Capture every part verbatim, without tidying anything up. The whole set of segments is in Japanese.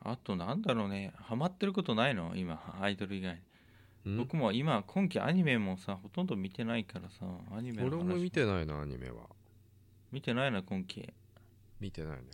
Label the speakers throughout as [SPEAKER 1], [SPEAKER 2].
[SPEAKER 1] あとなんだろうね、ハマってることないの今、アイドル以外に。
[SPEAKER 2] ん
[SPEAKER 1] 僕も今、今期アニメもさ、ほとんど見てないからさ、アニメの
[SPEAKER 2] 俺も見
[SPEAKER 1] 話も。
[SPEAKER 2] てないな、アニメは。
[SPEAKER 1] 見てないな、今期。
[SPEAKER 2] 見てないね。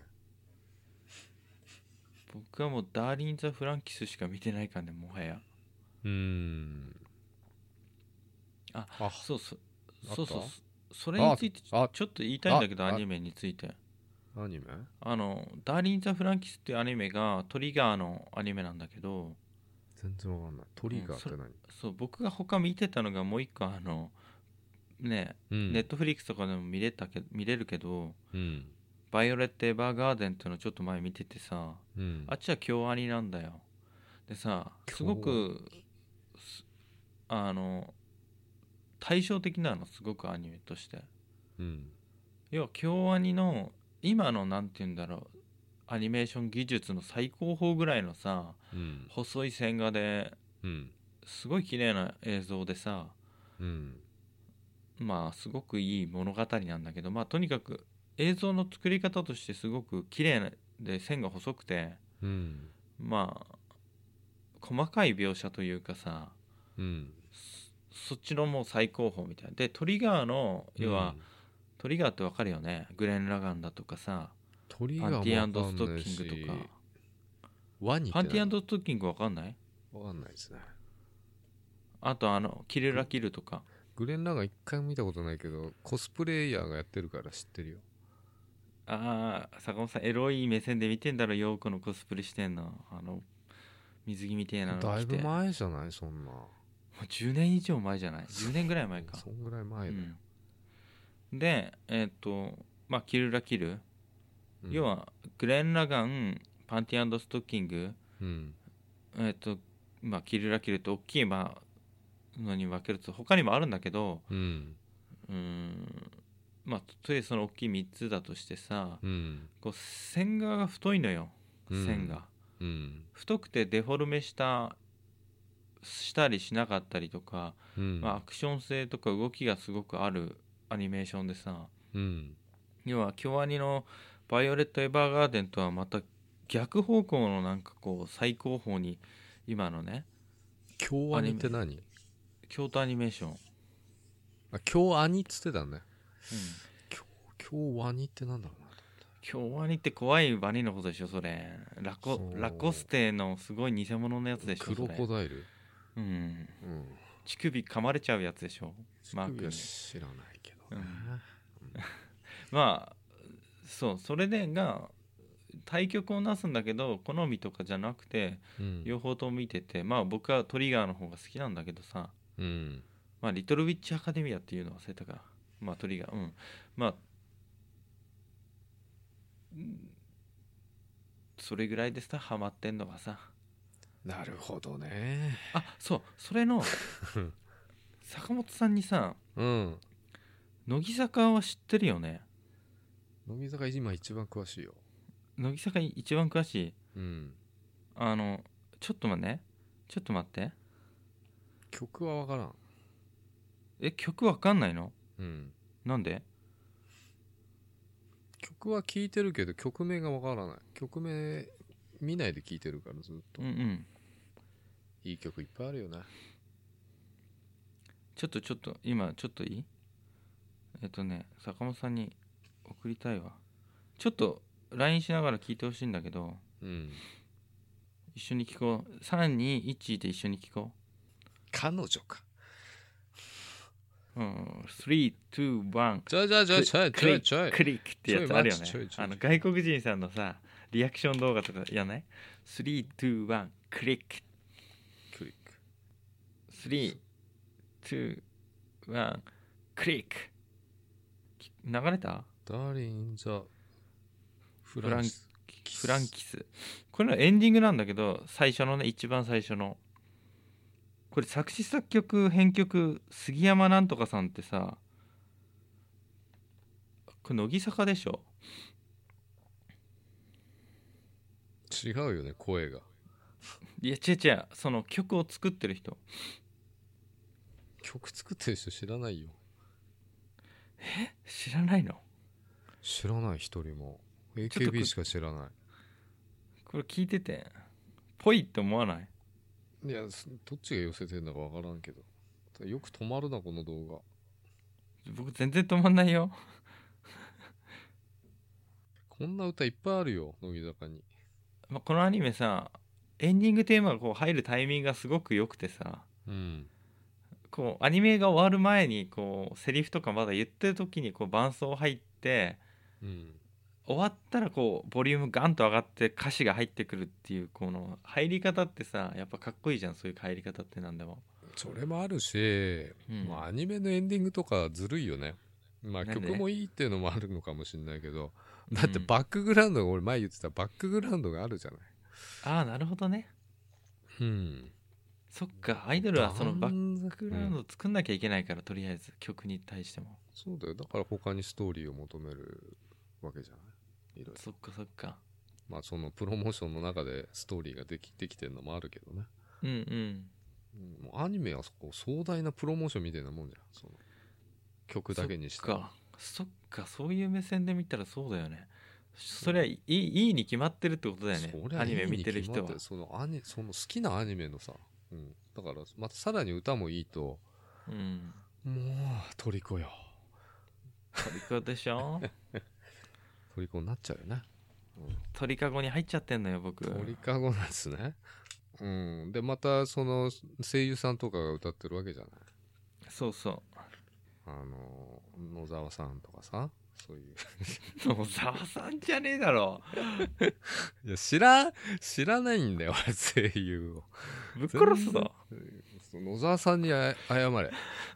[SPEAKER 1] 僕はもう、ダーリン・ザ・フランキスしか見てないからね、もはや。
[SPEAKER 2] うーん。
[SPEAKER 1] あ、
[SPEAKER 2] あ、
[SPEAKER 1] そうそう、
[SPEAKER 2] あっ
[SPEAKER 1] そうそう、
[SPEAKER 2] た
[SPEAKER 1] そそれに
[SPEAKER 2] あ、
[SPEAKER 1] ついてちょ、
[SPEAKER 2] あ、
[SPEAKER 1] ちょっと言いたいんだけど、ア
[SPEAKER 2] あ、
[SPEAKER 1] ニメについて。
[SPEAKER 2] あ、アニメ
[SPEAKER 1] あの、ダーリン・ザ・フランキスっていうアニメがトリガーのアニメなんだけど、
[SPEAKER 2] 全然わかんない。トリ
[SPEAKER 1] うん、それ、
[SPEAKER 2] ガーって何？
[SPEAKER 1] そう、僕が他見てたのがもう一個、あの、ね、ネッ
[SPEAKER 2] うん。
[SPEAKER 1] トフリックスとかでも見れたけど、見れるけど、
[SPEAKER 2] うん。
[SPEAKER 1] バイオレット・エヴァーガーデンっていうのをちょっと前見ててさ、
[SPEAKER 2] うん。
[SPEAKER 1] あっちは京アニなんだよ。でさ、すご
[SPEAKER 2] 今日はね。
[SPEAKER 1] く、すあの、対照的なの、すごくアニメとして。
[SPEAKER 2] うん。
[SPEAKER 1] 要は京アニの、今のなんて言うんだろう、アニメーション技術の最高峰ぐらいのさ、
[SPEAKER 2] うん。
[SPEAKER 1] 細い線画で
[SPEAKER 2] うん。
[SPEAKER 1] すごい綺麗な映像でさ、
[SPEAKER 2] うん。
[SPEAKER 1] まあすごくいい物語なんだけど、まあとにかく映像の作り方としてすごく綺麗で線が細くて、
[SPEAKER 2] うん。
[SPEAKER 1] まあ細かい描写というかさ、
[SPEAKER 2] うん。
[SPEAKER 1] そそっちのもう最高峰みたいな。でトリガーの要は、
[SPEAKER 2] うん。
[SPEAKER 1] トリガーってわかるよね、グレン・ラガンだとかさ、
[SPEAKER 2] トリ
[SPEAKER 1] パンテ
[SPEAKER 2] ガーもわか
[SPEAKER 1] ィストッ
[SPEAKER 2] んない
[SPEAKER 1] キングとか。
[SPEAKER 2] し、ワニっ
[SPEAKER 1] パンティ
[SPEAKER 2] て何？
[SPEAKER 1] ストッキングわかんない？
[SPEAKER 2] わかんないですね。
[SPEAKER 1] あとあのキル
[SPEAKER 2] グ、
[SPEAKER 1] ラキルとか。
[SPEAKER 2] グレン・ラガン一回も見たことないけど、コスプレイヤーがやってるから知ってるよ。
[SPEAKER 1] ああ、坂本さんエロい目線で見てんだろ、ヨーコのコスプレしてんの、あの水着みたいなの
[SPEAKER 2] だいぶ
[SPEAKER 1] 着て。も
[SPEAKER 2] 前じゃないそんな。
[SPEAKER 1] うじゅうねん以上前じゃない？ じゅう 年ぐらい前か。
[SPEAKER 2] そんぐらい前だよ。
[SPEAKER 1] うんでえっ、とまあキルラキル、
[SPEAKER 2] うん。
[SPEAKER 1] 要はグレン・ラガン、パンティストッキング、
[SPEAKER 2] うん。
[SPEAKER 1] えっ、とまあキルラキルって大きいまあのに分けると他にもあるんだけど、
[SPEAKER 2] うん。
[SPEAKER 1] うーんまあとりあえずその大きいみっつだとしてさ、
[SPEAKER 2] うん。
[SPEAKER 1] こう線画が太いのよ。
[SPEAKER 2] うん。
[SPEAKER 1] 線が
[SPEAKER 2] うん。
[SPEAKER 1] 太くてデフォルメしたしたりしなかったりとか、まあ、ア
[SPEAKER 2] うん。
[SPEAKER 1] クション性とか動きがすごくあるアニメーションでさ、
[SPEAKER 2] うん。
[SPEAKER 1] 要は京アニのバイオレット・エヴァーガーデンとはまた逆方向のなんかこう最高峰に今のね、
[SPEAKER 2] 京アニ
[SPEAKER 1] アニメ
[SPEAKER 2] って何？
[SPEAKER 1] 京都アニメーション、
[SPEAKER 2] あ、京アニっつってたね。
[SPEAKER 1] うん、
[SPEAKER 2] 京、京ワニってなんだろうな。
[SPEAKER 1] 京アニって怖いワニのことでしょそれ。ラコ
[SPEAKER 2] そ
[SPEAKER 1] ラコステのすごい偽物のやつで
[SPEAKER 2] う。クロ
[SPEAKER 1] しょそれ。
[SPEAKER 2] コダイル。
[SPEAKER 1] うん
[SPEAKER 2] うん。
[SPEAKER 1] 乳首噛まれちゃうやつでしょ、
[SPEAKER 2] 乳首は
[SPEAKER 1] マークに。
[SPEAKER 2] 知らないけどね。
[SPEAKER 1] うんまあそうそれでが対極をなすんだけど、好みとかじゃなくて
[SPEAKER 2] うん。
[SPEAKER 1] 両方とも見てて、まあ僕はトリガーの方が好きなんだけどさ、
[SPEAKER 2] うん。
[SPEAKER 1] まあリトルウィッチアカデミアっていうの忘れたか、まあトリガー、うん、まあそれぐらいでさハマってんのがさ。
[SPEAKER 2] なるほどね。
[SPEAKER 1] あ、そう、それの坂本さんにさ、
[SPEAKER 2] うん。
[SPEAKER 1] 乃木坂は知ってるよね？
[SPEAKER 2] 乃木坂今一番詳しいよ。
[SPEAKER 1] 乃木坂一番詳しい。
[SPEAKER 2] うん。
[SPEAKER 1] あのちょっと待ってね、ちょっと待って、
[SPEAKER 2] 曲はわからん。
[SPEAKER 1] え曲わかんないの？
[SPEAKER 2] うん。
[SPEAKER 1] なんで？
[SPEAKER 2] 曲は聴いてるけど曲名がわからない。曲名見ないで聴いてるからずっと。
[SPEAKER 1] うんうん、
[SPEAKER 2] いい曲いっぱいあるよね。
[SPEAKER 1] ちょっとちょっと今ちょっといい？えっとね坂本さんに送りたいわ。ちょっと ライン しながら聞いてほしいんだけど、
[SPEAKER 2] うん。
[SPEAKER 1] 一緒に聞こう。さんにいちで一緒に聞こ
[SPEAKER 2] 彼女か。
[SPEAKER 1] う。うんさん、に、いち
[SPEAKER 2] ちょいちょいちょいちょい
[SPEAKER 1] クリック
[SPEAKER 2] ちょいちょい。
[SPEAKER 1] クリックってやつあるよね。
[SPEAKER 2] ちょい待ちちょいちょい
[SPEAKER 1] あの外国人さんのさリアクション動画とかやない？ さん、に、いちクリック。
[SPEAKER 2] クリック。
[SPEAKER 1] さん、に、いちクリック。流れた？
[SPEAKER 2] ダーリンザフ
[SPEAKER 1] フラン
[SPEAKER 2] ランスキス。
[SPEAKER 1] フランキス。これのエンディングなんだけど、最初のね、一番最初の。これ作詞作曲編曲杉山なんとかさんってさ、これ乃木坂でしょ？
[SPEAKER 2] 違うよね声が。
[SPEAKER 1] いや違う違う、その曲を作ってる人。
[SPEAKER 2] 曲作ってる人知らないよ。
[SPEAKER 1] 知らないの？
[SPEAKER 2] 知らない一人も。
[SPEAKER 1] ちょっと
[SPEAKER 2] エーケービー しか知らない。
[SPEAKER 1] これ聞いてて、 ぽいって思わない？
[SPEAKER 2] いやすどっちが寄せてんのかわからんけど、よく止まるなこの動画。
[SPEAKER 1] 僕全然止まんないよ。
[SPEAKER 2] こんな歌いっぱいあるよ乃木坂に。
[SPEAKER 1] まあ、このアニメさ、エンディングテーマがこう入るタイミングがすごく良くてさ、
[SPEAKER 2] うん
[SPEAKER 1] こうアニメが終わる前にこうセリフとかまだ言ってる時にこう伴奏入って、
[SPEAKER 2] うん
[SPEAKER 1] 終わったらこうボリュームガンと上がって歌詞が入ってくるっていうこの入り方ってさ、やっぱかっこいいじゃん、そういう入り方ってなんでも。
[SPEAKER 2] それもあるし、
[SPEAKER 1] うん
[SPEAKER 2] まあ、アニメのエンディングとかずるいよね。まあ
[SPEAKER 1] なんで
[SPEAKER 2] 曲もいいっていうのもあるのかもしれないけど、
[SPEAKER 1] うん
[SPEAKER 2] だってバックグラウンドが、俺前言ってたバックグラウンドがあるじゃない。
[SPEAKER 1] ああなるほどね。
[SPEAKER 2] うん
[SPEAKER 1] そっか、アイドルはそのバックグラウン
[SPEAKER 2] うん
[SPEAKER 1] ド作んなきゃいけないから、とりあえず曲に対しても。
[SPEAKER 2] そうだよ。だから他にストーリーを求めるわけじゃない。いろいろ
[SPEAKER 1] そっかそっか。
[SPEAKER 2] まあそのプロモーションの中でストーリーができてきてるのもあるけどね。
[SPEAKER 1] うんうん。
[SPEAKER 2] うん、もうアニメはそこ壮大なプロモーションみたいなもんじゃん。その曲だけにして
[SPEAKER 1] そっかそっか、そういう目線で見たらそうだよね。そりゃいい、いいに決まってるってことだよね。
[SPEAKER 2] そりゃ
[SPEAKER 1] アニメ見てる人は。
[SPEAKER 2] いいに決まってそのアニその好きなアニメのさ、うん、だからまたさらに歌もいいと、
[SPEAKER 1] うん。
[SPEAKER 2] もう虜よ。
[SPEAKER 1] 鳥かでしょ。
[SPEAKER 2] 虜になっちゃうよね。
[SPEAKER 1] 鳥かごに入っちゃってんのよ僕。
[SPEAKER 2] 鳥かごなんですね。うん、でまたその声優さんとかが歌ってるわけじゃない。
[SPEAKER 1] そうそう。
[SPEAKER 2] あの野沢さんとかさ、そういう
[SPEAKER 1] 野沢さんじゃねえだろ。
[SPEAKER 2] いや知ら知らないんだよ俺声優を。
[SPEAKER 1] ぶっ殺すぞ。
[SPEAKER 2] 野沢さんにあ謝れ。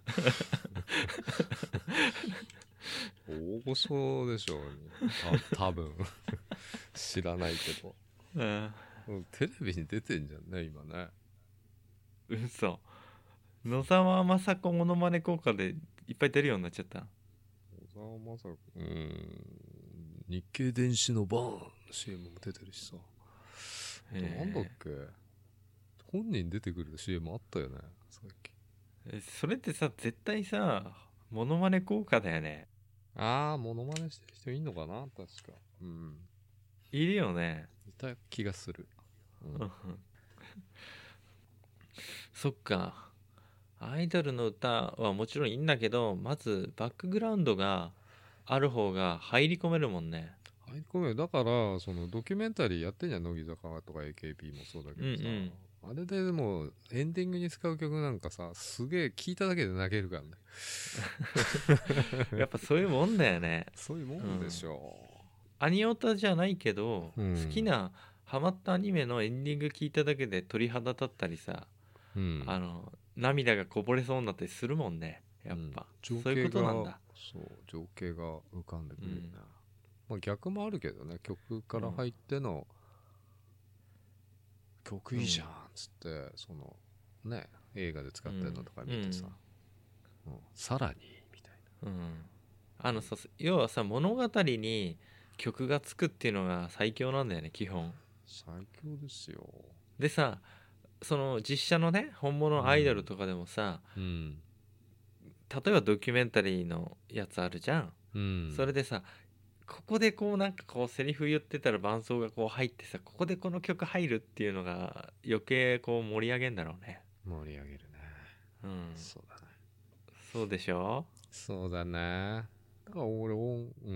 [SPEAKER 2] 大御所でしょう、た多分知らないけど、
[SPEAKER 1] うん
[SPEAKER 2] テレビに出てんじゃんね今ね。
[SPEAKER 1] 嘘。野沢雅子モノマネ効果でいっぱい出るようになっちゃった。
[SPEAKER 2] 小沢まさか、うーん、日経電子のバーンの シーエム も出てるしさ。なんだっけ、本人出てくる シーエム あったよねさっき。
[SPEAKER 1] えそれってさ絶対さモノマネ効果だよね。
[SPEAKER 2] ああモノマネしてる人いんのかな、確か。うん
[SPEAKER 1] いるよね。
[SPEAKER 2] いた気がする、うん、
[SPEAKER 1] そっか。アイドルの歌はもちろんいいんだけど、まずバックグラウンドがある方が入り込めるもんね。
[SPEAKER 2] 入り込める。だからそのドキュメンタリーやってんじゃん、乃木坂とか エーケーピー もそうだけどさ、
[SPEAKER 1] うんうん
[SPEAKER 2] あれでもうエンディングに使う曲なんかさ、すげえ聴いただけで泣けるからね。
[SPEAKER 1] やっぱそういうもんだよね。
[SPEAKER 2] そういうもんでしょ
[SPEAKER 1] アニオタじゃないけど、
[SPEAKER 2] うん
[SPEAKER 1] 好きなハマったアニメのエンディング聞いただけで鳥肌立ったりさ、
[SPEAKER 2] う、うん、
[SPEAKER 1] あの涙がこぼれそうになったりするもんね、やっぱ、
[SPEAKER 2] うん、
[SPEAKER 1] そういうことなんだ。
[SPEAKER 2] そう情景が浮かんでくるよね、
[SPEAKER 1] うん
[SPEAKER 2] まあ、逆もあるけどね、曲から入っての、曲いいじゃんっつって、そのね映画で使ってるのとか見てさ、うんうん、さらにみたい
[SPEAKER 1] うん、あのさ、要はさ物語に曲がつくっていうのが最強なんだよね基本
[SPEAKER 2] な。最強ですよ。
[SPEAKER 1] でさ、その実写のね本物のアイドルとかでもさ、
[SPEAKER 2] うん、
[SPEAKER 1] 例えばドキュメンタリーのやつあるじゃん、
[SPEAKER 2] うん、
[SPEAKER 1] それでさここでこうなんかこうセリフ言ってたら伴奏がこう入ってさ、ここでこの曲入るっていうのが余計こう盛り上げんだろうね。
[SPEAKER 2] 盛り上げるね。
[SPEAKER 1] うん、
[SPEAKER 2] そうだね。
[SPEAKER 1] そうでしょ。
[SPEAKER 2] そうだね。だから俺を、うん、
[SPEAKER 1] うん、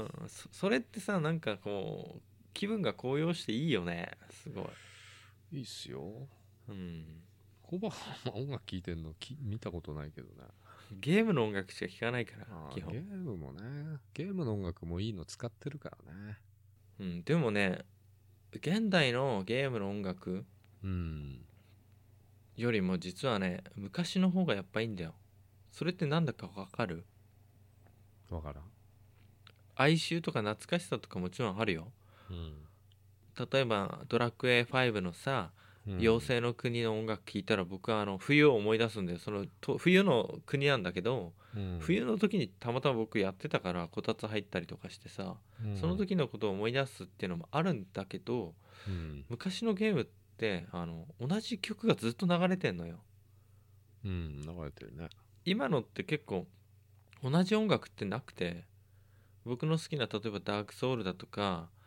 [SPEAKER 1] そ, それってさなんかこう気分が高揚していいよね、すごい。
[SPEAKER 2] いいっすよ。
[SPEAKER 1] うん、
[SPEAKER 2] コバは音楽聴いてんのき見たことないけどね。
[SPEAKER 1] ゲームの音楽しか聴かないから基本。
[SPEAKER 2] ゲームもね、ゲームの音楽もいいの使ってるからね。
[SPEAKER 1] うん、でもね現代のゲームの音楽
[SPEAKER 2] うん
[SPEAKER 1] よりも実はね昔の方がやっぱいいんだよ。それってなんだかわかる？
[SPEAKER 2] わからん。
[SPEAKER 1] 哀愁とか懐かしさとかもちろんあるよ。
[SPEAKER 2] うん
[SPEAKER 1] 例えばドラクエファイブのさ、
[SPEAKER 2] うん、
[SPEAKER 1] 妖精の国の音楽聴いたら僕はあの冬を思い出すんだよ。そのと冬の国なんだけど、
[SPEAKER 2] うん、
[SPEAKER 1] 冬の時にたまたま僕やってたからこたつ入ったりとかしてさ、
[SPEAKER 2] うん、
[SPEAKER 1] その時のことを思い出すっていうのもあるんだけど、
[SPEAKER 2] うん、
[SPEAKER 1] 昔のゲームってあの同じ曲がずっと流れてんのよ。
[SPEAKER 2] うん、流れてるね。
[SPEAKER 1] 今のって結構同じ音楽ってなくて、僕の好きな例えばダークソウルだとか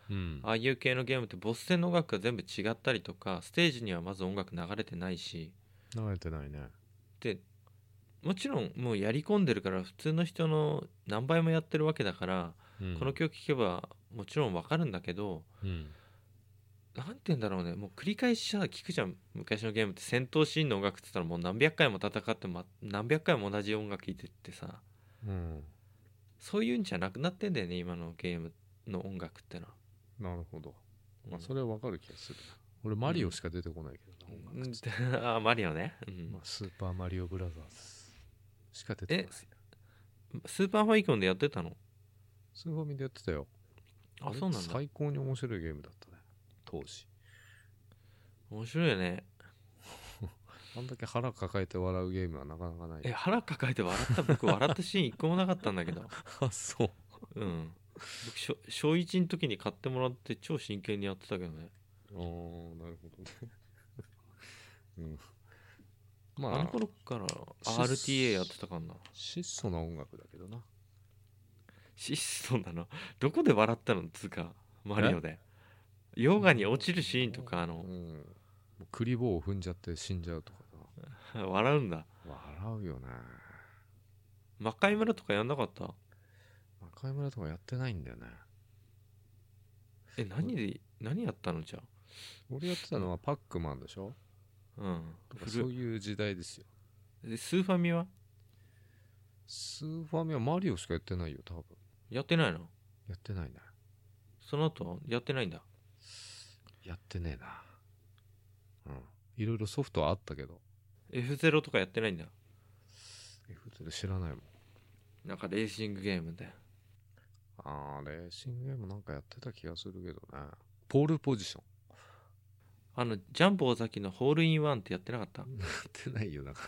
[SPEAKER 2] うん
[SPEAKER 1] ああいう系のゲームってボス戦の音楽が全部違ったりとか、ステージにはまず音楽流れてないし、
[SPEAKER 2] 流れてないね。
[SPEAKER 1] でもちろんもうやり込んでるから普通の人の何倍もやってるわけだから、
[SPEAKER 2] うん
[SPEAKER 1] この曲聴けばもちろんわかるんだけど、
[SPEAKER 2] うん
[SPEAKER 1] なんて言うんだろうね、もう繰り返しさ聞くじゃん。昔のゲームって戦闘シーンの音楽って言ったらもう何百回も戦って、ま、何百回も同じ音楽聴いてってさ、
[SPEAKER 2] うん
[SPEAKER 1] そういうんじゃなくなってんだよね今のゲームの音楽ってのは。
[SPEAKER 2] なるほど。まあ
[SPEAKER 1] うん
[SPEAKER 2] それはわかる気がするな。俺マリオしか出てこないけどな、音楽っつって。
[SPEAKER 1] ああマリオね、うん
[SPEAKER 2] まあ、スーパーマリオブラザーズしか出てこない。
[SPEAKER 1] スーパーファイコンでやってたの？
[SPEAKER 2] スーファミでやってたよ。
[SPEAKER 1] あ、そうなんだ。
[SPEAKER 2] 最高に面白いゲームだったね、当時。
[SPEAKER 1] 面白いよね。
[SPEAKER 2] あんだけ腹抱えて笑うゲームはなかなかない。
[SPEAKER 1] え、腹抱えて笑った僕笑ったシーン一個もなかったんだけど。
[SPEAKER 2] あ、そう。
[SPEAKER 1] うん僕小小いちの時に買ってもらって超真剣にやってたけどね。
[SPEAKER 2] ああ、なるほどね。うん。まあ、
[SPEAKER 1] あの頃から アールティーエー やってたかな。
[SPEAKER 2] 質素な音楽だけどな。
[SPEAKER 1] 質素なの。どこで笑ったのつうか、マリオで。溶岩に落ちるシーンとか、あの、
[SPEAKER 2] うん、もうクリボーを踏んじゃって死んじゃうとかな。
[SPEAKER 1] 笑うんだ。
[SPEAKER 2] 笑うよね。
[SPEAKER 1] 魔界村とかやんなかった？
[SPEAKER 2] 魔界村とかやってないんだよね。
[SPEAKER 1] え、何で、何やったのじゃあ。
[SPEAKER 2] 俺やってたのはパックマンでしょ。
[SPEAKER 1] うん
[SPEAKER 2] とかそういう時代ですよ。
[SPEAKER 1] でスーファミは
[SPEAKER 2] スーファミはマリオしかやってないよ、多分。
[SPEAKER 1] やってないの？
[SPEAKER 2] やってないね。
[SPEAKER 1] その後やってないんだ。
[SPEAKER 2] やってねえな。うん。いろいろソフトはあったけど。
[SPEAKER 1] エフゼロ とかやってないんだ。
[SPEAKER 2] エフゼロ 知らないもん。
[SPEAKER 1] なんかレーシングゲームで。
[SPEAKER 2] あー、レーシングゲームなんかやってた気がするけどね。ポールポジション。
[SPEAKER 1] あのジャンボ尾崎のホールインワンってやってなかった？
[SPEAKER 2] やってないよ、だから。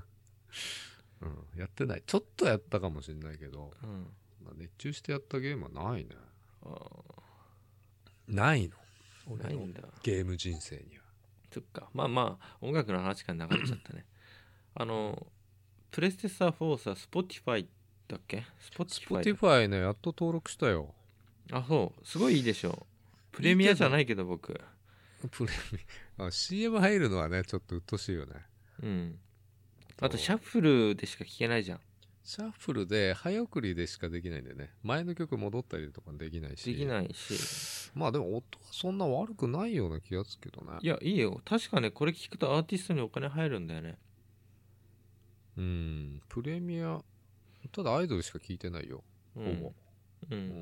[SPEAKER 2] うん、やってない。ちょっとやったかもしれないけど、
[SPEAKER 1] うん。
[SPEAKER 2] まあ、熱中してやったゲームはないね。
[SPEAKER 1] あ
[SPEAKER 2] ないの。
[SPEAKER 1] ー
[SPEAKER 2] 俺の
[SPEAKER 1] ないんだ。
[SPEAKER 2] ゲーム人生には。
[SPEAKER 1] そっか。まあまあ音楽の話から流れちゃったね。あのプレステさフォーさ、スポティファイだっけ？スポティファイ。
[SPEAKER 2] Spotify ね、やっと登録したよ。
[SPEAKER 1] あ、そうすごいいいでしょ。プレミアじゃないけど僕。
[SPEAKER 2] プレミあ シーエム 入るのはね、ちょっと鬱陶しいよね。
[SPEAKER 1] うん。あとシャッフルでしか聴けないじゃん。
[SPEAKER 2] シャッフルで早送りでしかできないんだよね。前の曲戻ったりとかできないし。
[SPEAKER 1] できないし。
[SPEAKER 2] まあでも音はそんな悪くないような気がするけどね。
[SPEAKER 1] いやいいよ。確かねこれ聞くとアーティストにお金入るんだよね。
[SPEAKER 2] うん。プレミア、ただアイドルしか聞いてないよ。
[SPEAKER 1] うん、
[SPEAKER 2] ほぼ。
[SPEAKER 1] うん、
[SPEAKER 2] うん。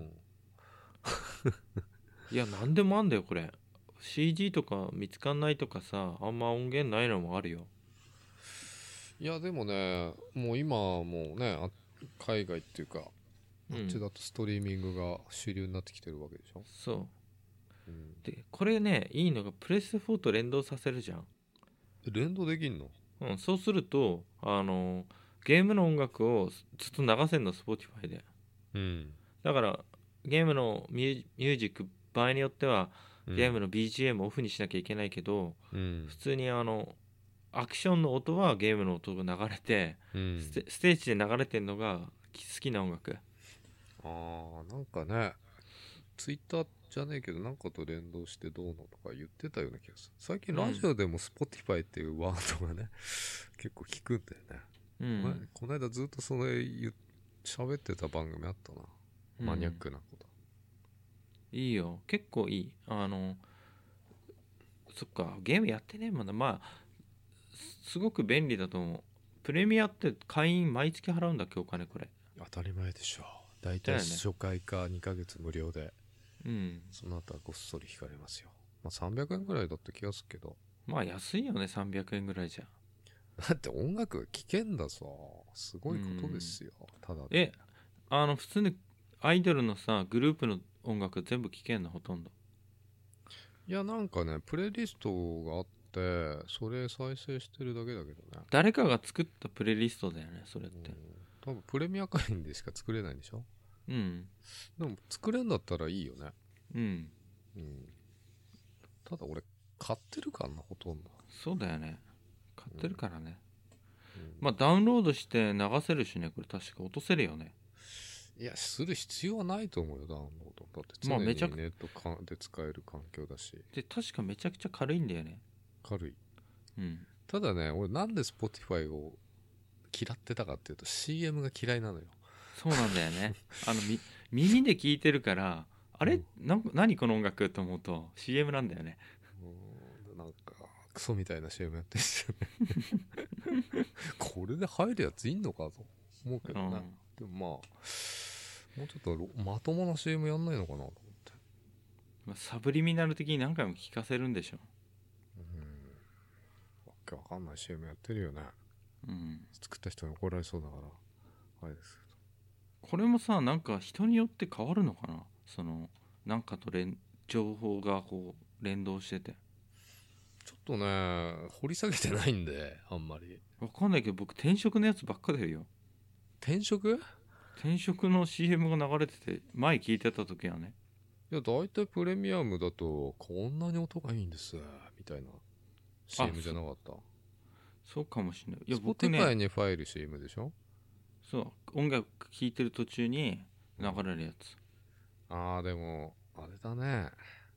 [SPEAKER 1] いや何でもあんだよこれ。 シーディー とか見つかんないとかさ、あんま音源ないのもあるよ。
[SPEAKER 2] いやでもね、もう今はもうね、あ海外っていうか、
[SPEAKER 1] うん
[SPEAKER 2] あっちだとストリーミングが主流になってきてるわけでしょ。
[SPEAKER 1] そう
[SPEAKER 2] うん、
[SPEAKER 1] でこれねいいのがプレステフォーと連動させるじゃん。
[SPEAKER 2] 連動できんの？
[SPEAKER 1] うん、そうするとあのゲームの音楽をずっと流せんの Spotify で。
[SPEAKER 2] うん。
[SPEAKER 1] だからゲームのミューミュージック場合によってはゲームの ビージーエム をオフにしなきゃいけないけど、
[SPEAKER 2] うん、
[SPEAKER 1] 普通にあのアクションの音はゲームの音が流れて、
[SPEAKER 2] うん
[SPEAKER 1] ステステージで流れてるのが好きな音楽。
[SPEAKER 2] あーなんかね、ツイッターじゃねえけどなんかと連動してどうのとか言ってたような気がする。最近ラジオでも Spotify っていうワードがね、結構聞くんだよね。
[SPEAKER 1] うん
[SPEAKER 2] この間ずっとそれ言っ喋ってた番組あったな、
[SPEAKER 1] うん
[SPEAKER 2] マニアックなこと。
[SPEAKER 1] いいよ結構いい。あのそっかゲームやってねえもんな。まあすごく便利だと思う。プレミアって会員毎月払うんだっけお金これ。
[SPEAKER 2] 当たり前でしょ。だいたい
[SPEAKER 1] だよね
[SPEAKER 2] 初回かにかげつ無料で、
[SPEAKER 1] うん
[SPEAKER 2] その後はごっそり引かれますよ。まあさんびゃくえんぐらいだった気がするけど。
[SPEAKER 1] まあ安いよねさんびゃくえんぐらいじゃ。
[SPEAKER 2] だって音楽聴けんだぞ。すごいことですよ。ただ
[SPEAKER 1] えあの普通にアイドルのさグループの音楽全部聴けんのほとんど。
[SPEAKER 2] いやなんかねプレイリストがあってそれ再生してるだけだけどね。
[SPEAKER 1] 誰かが作ったプレイリストだよねそれって。
[SPEAKER 2] 多分プレミア会員でしか作れないんでしょ。
[SPEAKER 1] うん
[SPEAKER 2] でも作れんだったらいいよね。
[SPEAKER 1] うん
[SPEAKER 2] うん。ただ俺買ってるからなほとんど。
[SPEAKER 1] そうだよね買ってるからね。
[SPEAKER 2] うん
[SPEAKER 1] まあダウンロードして流せるしねこれ確か落とせるよね。
[SPEAKER 2] いやする必要はないと思うよダウンロードだって常に
[SPEAKER 1] まあめちゃく
[SPEAKER 2] ネットかで使える環境だし
[SPEAKER 1] で確かめちゃくちゃ軽いんだよね。
[SPEAKER 2] 軽い。
[SPEAKER 1] うん
[SPEAKER 2] ただね俺なんで Spotify を嫌ってたかっていうと シーエム が嫌いなのよ。
[SPEAKER 1] そうなんだよね。あのみ耳で聞いてるからあれ、
[SPEAKER 2] うん
[SPEAKER 1] なんか何この音楽と思うと シーエム なんだよね。
[SPEAKER 2] うんなんかクソみたいな シーエム やってるんですよねこれで入るやついんのかと思うけどね、
[SPEAKER 1] うん
[SPEAKER 2] でもまあもうちょっとろまともな シーエム やんないのかなと思って
[SPEAKER 1] まあサブリミナル的に何回も聞かせるんでしょ。
[SPEAKER 2] うんわけわかんない シーエム やってるよね。
[SPEAKER 1] うん
[SPEAKER 2] 作った人に怒られそうだからあれです
[SPEAKER 1] これもさなんか人によって変わるのかな、そのなんかと連情報がこう連動してて。
[SPEAKER 2] ちょっとね掘り下げてないんであんまり。
[SPEAKER 1] わかんないけど僕転職のやつばっかだよ。
[SPEAKER 2] 転職
[SPEAKER 1] 転職の シーエム が流れてて前聞いてた時はね。
[SPEAKER 2] いや大体プレミアムだとこんなに音がいいんですみたいな シーエム じゃなかった。
[SPEAKER 1] そうかもしれない。いや僕
[SPEAKER 2] Spotify
[SPEAKER 1] ね
[SPEAKER 2] にファイル シーエム でしょ。
[SPEAKER 1] そう音楽聴いてる途中に流れるやつ。
[SPEAKER 2] ああでもあれだね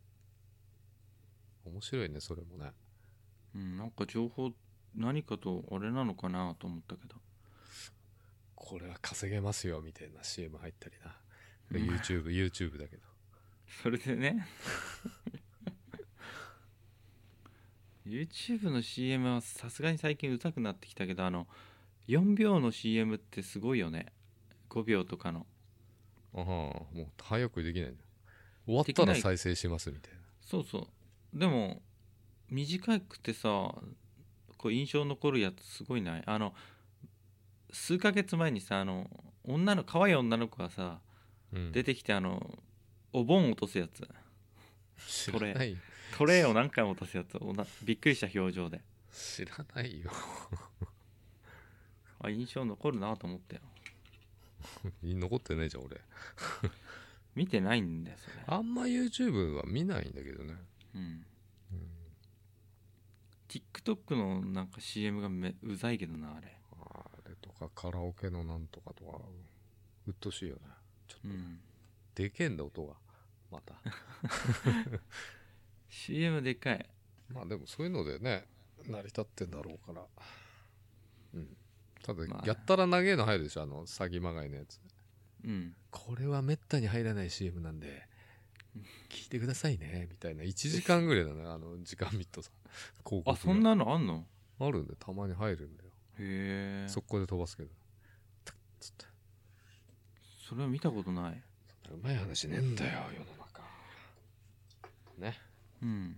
[SPEAKER 2] 面白いねそれもね。
[SPEAKER 1] うんなんか情報何かとあれなのかなと思ったけど。
[SPEAKER 2] これは稼げますよみたいな シーエム 入ったりな、
[SPEAKER 1] うん
[SPEAKER 2] YouTube YouTube だけど
[SPEAKER 1] それでねYouTube の シーエム はさすがに最近うざくなってきたけど、あのよんびょうの シーエム ってすごいよね。ごびょうとかの。
[SPEAKER 2] あはもう早くできないんだ。終わったら再生しますみたいな。
[SPEAKER 1] そうそう。でも短くてさこう印象残るやつすごいない。あの数ヶ月前にさあの女の可愛い女の子がさ、
[SPEAKER 2] うん、
[SPEAKER 1] 出てきてあのお盆落とすやつ、
[SPEAKER 2] 知らない
[SPEAKER 1] トレイを何回も落とすやつをなびっくりした表情で、
[SPEAKER 2] 知らないよ
[SPEAKER 1] あ印象残るなと思ったよ。
[SPEAKER 2] 残ってないじゃん俺
[SPEAKER 1] 見てないんだよそれ。
[SPEAKER 2] あんま YouTube は見ないんだけどね、
[SPEAKER 1] うん、
[SPEAKER 2] うん、
[SPEAKER 1] TikTok のなんか シーエム がめうざいけどなあれ。
[SPEAKER 2] あれとかカラオケのなんとかとかうっとしいよね。ちょっと、
[SPEAKER 1] うん、
[SPEAKER 2] でけえんだ音がまた
[SPEAKER 1] シーエム でかい。
[SPEAKER 2] まあでもそういうのでね成り立ってんだろうから、うん、ただ、
[SPEAKER 1] まあ、
[SPEAKER 2] やったら長えの入るでしょあの詐欺まがいのやつ。
[SPEAKER 1] うん
[SPEAKER 2] これはめったに入らない シーエム なんで聞いてくださいねみたいな。いちじかんぐらいだねあの時間ミットさ広告が
[SPEAKER 1] あそんなのあんの。
[SPEAKER 2] あるんでたまに入るんだよ。
[SPEAKER 1] へえ
[SPEAKER 2] 速攻で飛ばすけどつって
[SPEAKER 1] それは見たことない。
[SPEAKER 2] うまい話ねえんだよ世の中ね。
[SPEAKER 1] うん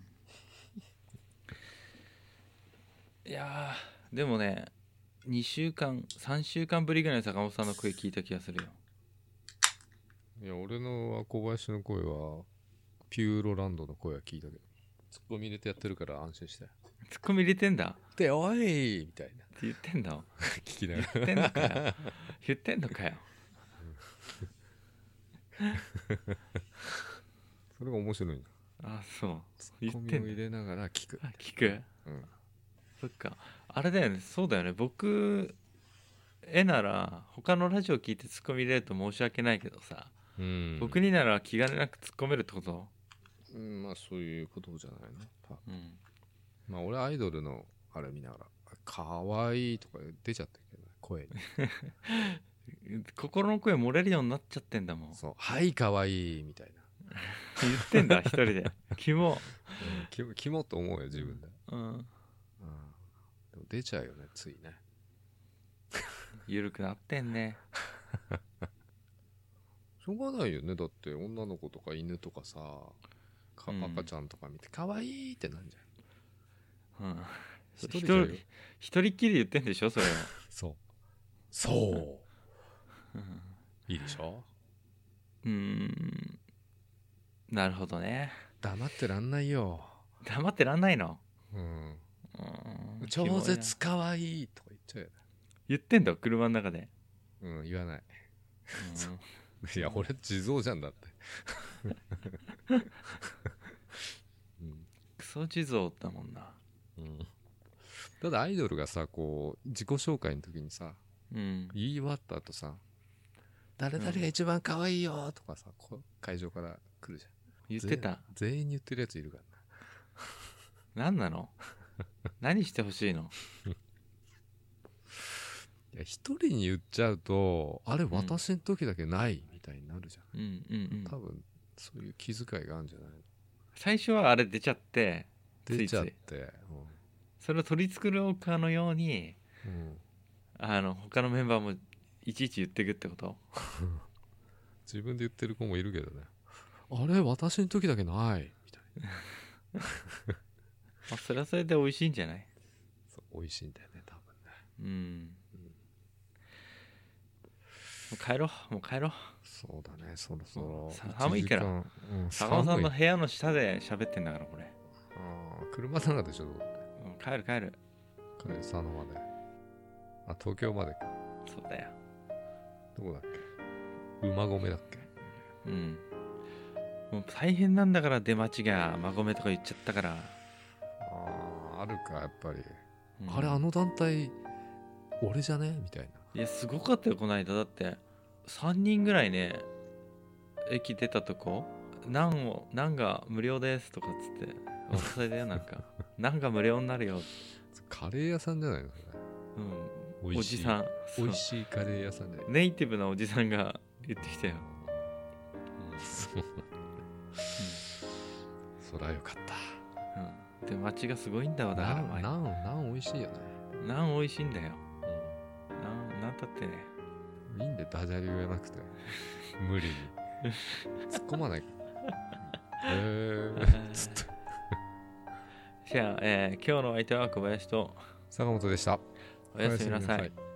[SPEAKER 1] いやーでもねにしゅうかんさんしゅうかんぶりぐらい坂本さんの声聞いた気がするよ。
[SPEAKER 2] いや俺の小林の声はピューロランドの声は聞いたけどツッコミ入れてやってるから安心して
[SPEAKER 1] ツッコミ入れてんだっ
[SPEAKER 2] でおいみたいな
[SPEAKER 1] て言ってんだ
[SPEAKER 2] 聞きなが
[SPEAKER 1] 言ってんのかよ言ってんのかよ
[SPEAKER 2] それが面白いんだ。
[SPEAKER 1] あそう
[SPEAKER 2] ツ
[SPEAKER 1] 言
[SPEAKER 2] ッコミを
[SPEAKER 1] ってんだ
[SPEAKER 2] 入れながら聞く。
[SPEAKER 1] あ聞く
[SPEAKER 2] うん
[SPEAKER 1] そっかあれだよね。そうだよね。僕絵なら他のラジオ聞いてツッコミ入れると申し訳ないけどさ、
[SPEAKER 2] うん、
[SPEAKER 1] 僕になら気兼ねなく突っ込めるってこと。
[SPEAKER 2] うん、まあそういうことじゃないの。
[SPEAKER 1] うん
[SPEAKER 2] まあ俺アイドルのあれ見ながらかわいいとか出ちゃってるけどね声に
[SPEAKER 1] 心の声漏れるようになっちゃってんだもん。
[SPEAKER 2] そうはいかわいいみたいな
[SPEAKER 1] 言ってんだ一人でキモ、
[SPEAKER 2] うんキモキモと思うよ自分で、
[SPEAKER 1] うん、
[SPEAKER 2] うん、でも出ちゃうよねついね
[SPEAKER 1] 緩くなってんね。
[SPEAKER 2] しょうがないよねだって女の子とか犬とかさか、
[SPEAKER 1] うん
[SPEAKER 2] 赤ちゃんとか見てかわいいってなんじゃん。
[SPEAKER 1] うん
[SPEAKER 2] 一人じゃよ
[SPEAKER 1] 一人っきり言ってんでしょそれは。
[SPEAKER 2] そうそういいでしょ。
[SPEAKER 1] うーんなるほどね。
[SPEAKER 2] 黙ってらんないよ。
[SPEAKER 1] 黙ってらんないの。
[SPEAKER 2] うん
[SPEAKER 1] うん
[SPEAKER 2] 超絶かわいいとか言っちゃうよね。
[SPEAKER 1] 言ってんだ車の中で。
[SPEAKER 2] うん言わない。
[SPEAKER 1] うん
[SPEAKER 2] いや俺地蔵じゃんだってうん
[SPEAKER 1] クソ地蔵だもんな。
[SPEAKER 2] うんただアイドルがさこう自己紹介の時にさ
[SPEAKER 1] うん
[SPEAKER 2] 言い終わった後さ誰々が一番可愛いよとかさ、こう会場から来るじゃん。
[SPEAKER 1] 言ってた。
[SPEAKER 2] 全員に言ってるやついるからな。
[SPEAKER 1] 何なの何してほしいの。
[SPEAKER 2] いや一人に言っちゃうとあれ私の時だけないみたいになるじゃん、
[SPEAKER 1] うんうんうん、
[SPEAKER 2] 多分そういう気遣いがあるんじゃないの。
[SPEAKER 1] 最初はあれ出ちゃって
[SPEAKER 2] 出ちゃって
[SPEAKER 1] ついつい、うん、それを取り繕うかのように、うん、あの他のメンバーもいちいち言っていくってこと
[SPEAKER 2] 自分で言ってる子もいるけどね。あれ私の時だけないみたいな
[SPEAKER 1] あ、それはそれで美味しいんじゃない。
[SPEAKER 2] そう美味しいんだよね多分ね。
[SPEAKER 1] うん、うん、もう帰ろうもう帰ろう。
[SPEAKER 2] そうだね、そろそろ
[SPEAKER 1] 寒いから、うん、坂本さんの部屋の下で喋ってんだからこれ。
[SPEAKER 2] ああ車の中でしょどうって、
[SPEAKER 1] うん、帰る帰る
[SPEAKER 2] 帰る佐野まで。あ東京までか。
[SPEAKER 1] そうだよ。
[SPEAKER 2] どこだっけ、馬込だっけ。
[SPEAKER 1] うん、もう大変なんだから出待ちが馬込とか言っちゃったから。
[SPEAKER 2] あああるかやっぱり、うん、
[SPEAKER 1] あ
[SPEAKER 2] れあの団体俺じゃねみたいな。
[SPEAKER 1] いやすごかったよこの間。だってさんにんぐらいね駅出たとこナンをナンが無料ですとかっつってお伝えだよなんかナンが無料になるよ。
[SPEAKER 2] カレー屋さんじゃないの、
[SPEAKER 1] うん、おじさん
[SPEAKER 2] 美味しいカレー屋さんで
[SPEAKER 1] ネイティブなおじさんが言ってきたよ、
[SPEAKER 2] うん、そう、うん、そりゃよかった、
[SPEAKER 1] うん、で街がすごいんだわ。だから
[SPEAKER 2] ナンナン美味しいよね。
[SPEAKER 1] ナン美味しいんだよ、うん、ナンなんたってね
[SPEAKER 2] いいんでダジャレ言えなくて無理に突っ込まないからへーつって
[SPEAKER 1] じゃあ、えー、今日の相手は小林と
[SPEAKER 2] 坂本でした。
[SPEAKER 1] おやすみなさい。